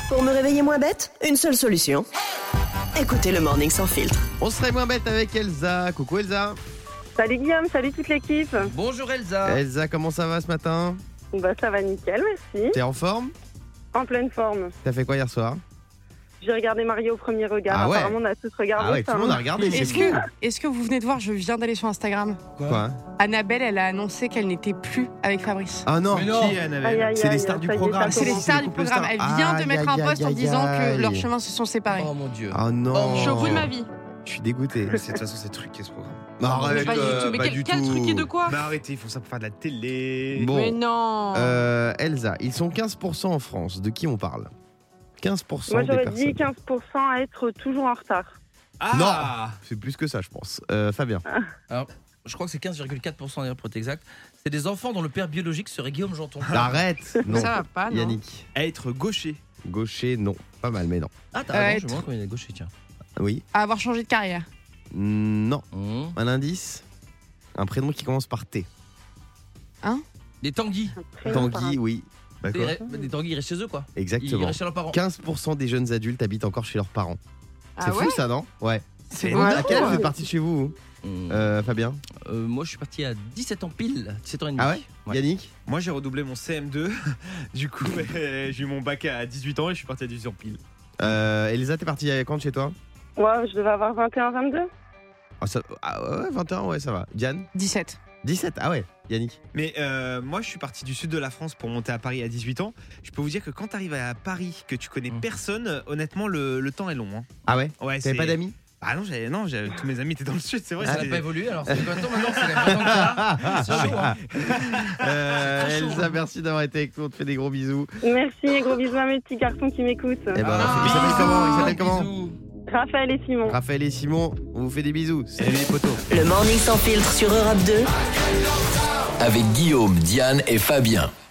Pour me réveiller moins bête, une seule solution. Écoutez le Morning Sans Filtre. On serait moins bête avec Elsa. Coucou Elsa. Salut Guillaume, salut toute l'équipe. Bonjour Elsa. Elsa, comment ça va ce matin? Bah ça va nickel, merci. T'es en forme? En pleine forme. T'as fait quoi hier soir? J'ai regardé Mario au premier regard. Ah ouais. Apparemment, on a tous regardé Ah ouais, ça. tout le monde a regardé. c'est fou. Est-ce que vous venez de voir, je viens d'aller sur Instagram. Quoi? Annabelle, elle a annoncé qu'elle n'était plus avec Fabrice. Ah non, Mais non. qui est Annabelle? Aïe, aïe, C'est les aïe, stars du ça y est, programme. ça C'est les commence. stars du programme. Elle vient de mettre un post en disant que leurs chemins se sont séparés. Oh mon dieu. Ah non. Je suis au bout de ma vie. Je suis dégoûté. Mais de toute façon, c'est truqué ce programme. Mais arrête, Pas du tout. Mais pas quel du quel tout. truc et de quoi? Mais arrêtez, ils font ça pour faire de la télé. Bon, Mais non. Elsa, ils sont 15% en France. De qui on parle? 15% Moi des j'aurais personnes. dit 15% à être toujours en retard. Ah C'est plus que ça, je pense. Fabien. Je crois que c'est 15,4% d'ailleurs pour être exact. C'est des enfants dont le père biologique serait Guillaume Janton. Arrête. Non. Ça va pas, non. Yannick. Être gaucher. Gaucher, non. Pas mal, mais non. Ah t'as raison, je être- me rends compte qu'il est gaucher, tiens. Oui. À avoir changé de carrière. Non. Mmh. Un indice. Un prénom qui commence par T. Des tanguis. Tanguy, oui. Bah, quoi Des tanguis, ils restent chez eux quoi. Ils Exactement. restent chez leurs parents. 15% des jeunes adultes habitent encore chez leurs parents. C'est Ah fou ouais ça, non? Ouais. C'est À beau. quel âge vous êtes parti de chez vous, Fabien? Moi je suis parti à 17 ans pile, 17 ans et demi. Ah ouais, Yannick? Moi, j'ai redoublé mon CM2. Du coup, j'ai eu mon bac à 18 ans et je suis parti à 18 ans pile. Elisa, t'es partie quand de chez toi? Ouais, je devais avoir 21, 22. Ouais, 21, ouais, ça va. Diane? 17. 17, ah ouais. Yannick? Mais moi, je suis parti du sud de la France pour monter à Paris à 18 ans. Je peux vous dire que quand t'arrives à Paris, que tu connais personne, honnêtement, le temps est long. Hein. Ah ouais? Ouais, T'avais pas d'amis? Ah non, tous mes amis étaient dans le sud, c'est vrai. Ça n'a c'était- pas évolué alors. C'est maintenant c'est quand même 20 ans que ça. C'est chaud hein. C'est trop chaud. Elsa, merci d'avoir été avec nous. On te fait des gros bisous. Merci et gros bisous à mes petits garçons qui m'écoutent. Eh ben, Ah, il s'appelle comment? Il s'appelle comment? Bisous. Raphaël et Simon. Raphaël et Simon, on vous fait des bisous. Salut les potos. Le Morning Sans Filtre sur Europe 2. Avec Guillaume, Diane et Fabien.